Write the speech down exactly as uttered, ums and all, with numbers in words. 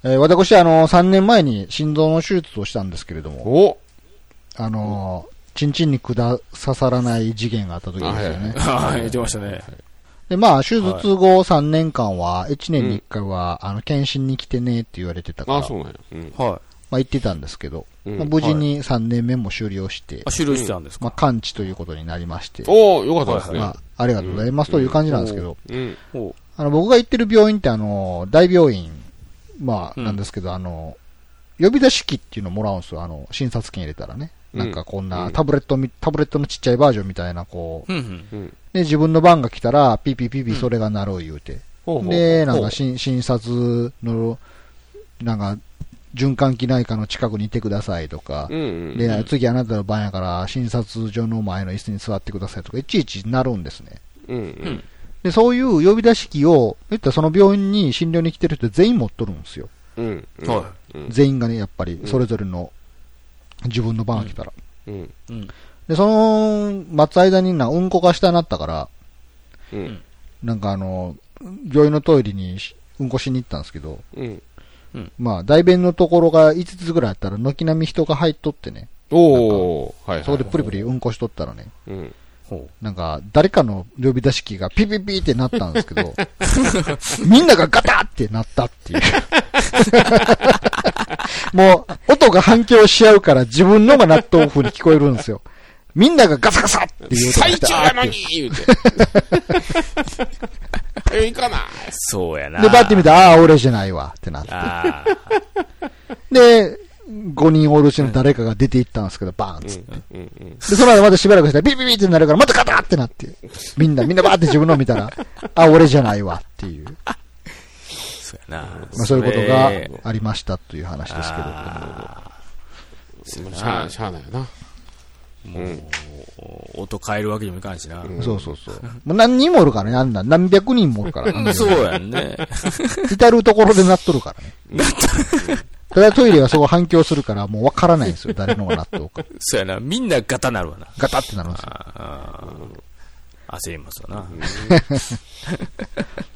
えー、私、あの、さんねんまえに心臓の手術をしたんですけれども、 おあの、チンチンに管刺さらない事件があった時ですよね。 はい、言ってましたね。 で、まあ、手術後さんねんかんは、いちねんにいっかいは、うん、あの、検診に来てねって言われてたから。 あ、そうなんや。うん、 はい。 まあ、言ってたんですけど、 うん、 まあ、無事にさんねんめも終了して、はい、 あ、終了してたんですか。 まあ、完治ということになりまして。 おー、よかったですね。 まあ、ありがとうございますという感じなんですけど、 うんうん、 あの、僕が行ってる病院って、あの、大病院、まあ、なんですけど、うん、あの、呼び出し機っていうのをもらうんですよ。あの、診察券入れたらね。なんかこんなタブレット、うん、タブレットのちっちゃいバージョンみたいな、こう、うんうん、で、自分の番が来たら、ピーピーピーピーそれが鳴る言うて。うん、で、なんか診察の、なんか、循環器内科の近くにいてくださいとか、うんうんうん、で、次あなたの番やから診察所の前の椅子に座ってくださいとか、いちいち鳴るんですね。うんうん、で、そういう呼び出し機を、言ったらその病院に診療に来てる人全員持っとるんですよ。うんうん、全員がね、やっぱり、それぞれの、自分の番が来たら。うんうん、で、その、待つ間にな、うんこがしたなったから、うん、なんかあの、病院のトイレにうんこしに行ったんですけど、うんうん、まあ、大便のところがいつつぐらいあったら、軒並み人が入っとってね。おー、はいはい、そこでプリプリうんこしとったらね。うん、なんか、誰かの呼び出し機がピピピってなったんですけど、みんながガタってなったっていう。もう、音が反響し合うから自分のが納豆風に聞こえるんですよ。みんながガサガサっていう音がして。 最中やのに言うて。え、いかない。 そうやな。 で、バッて見たら、ああ、俺じゃないわってなって。で、ごにんおるうちの誰かが出て行ったんですけど、バーンっつって。うんうんうん、で、その後またしばらくしたら、ビビビってなるから、またガタってなって。みんな、みんなバーって自分の見たら、あ、俺じゃないわっていう。 そうやな。 まあ、そういうことがありましたという話ですけど。 しゃあ、しゃあないよな。 もう、うん、音変えるわけにもいかんしな。 うん、そうそうそう。もう何人もおるからね、あんな。何百人もおるから。 そうやんね。 至るところでなっとるからね。ただトイレがそこ反響するから、もうわからないんですよ。誰のが納豆か。 そうやな。みんなガタなるわな。 ガタってなるんですよ。 あ焦りますわな。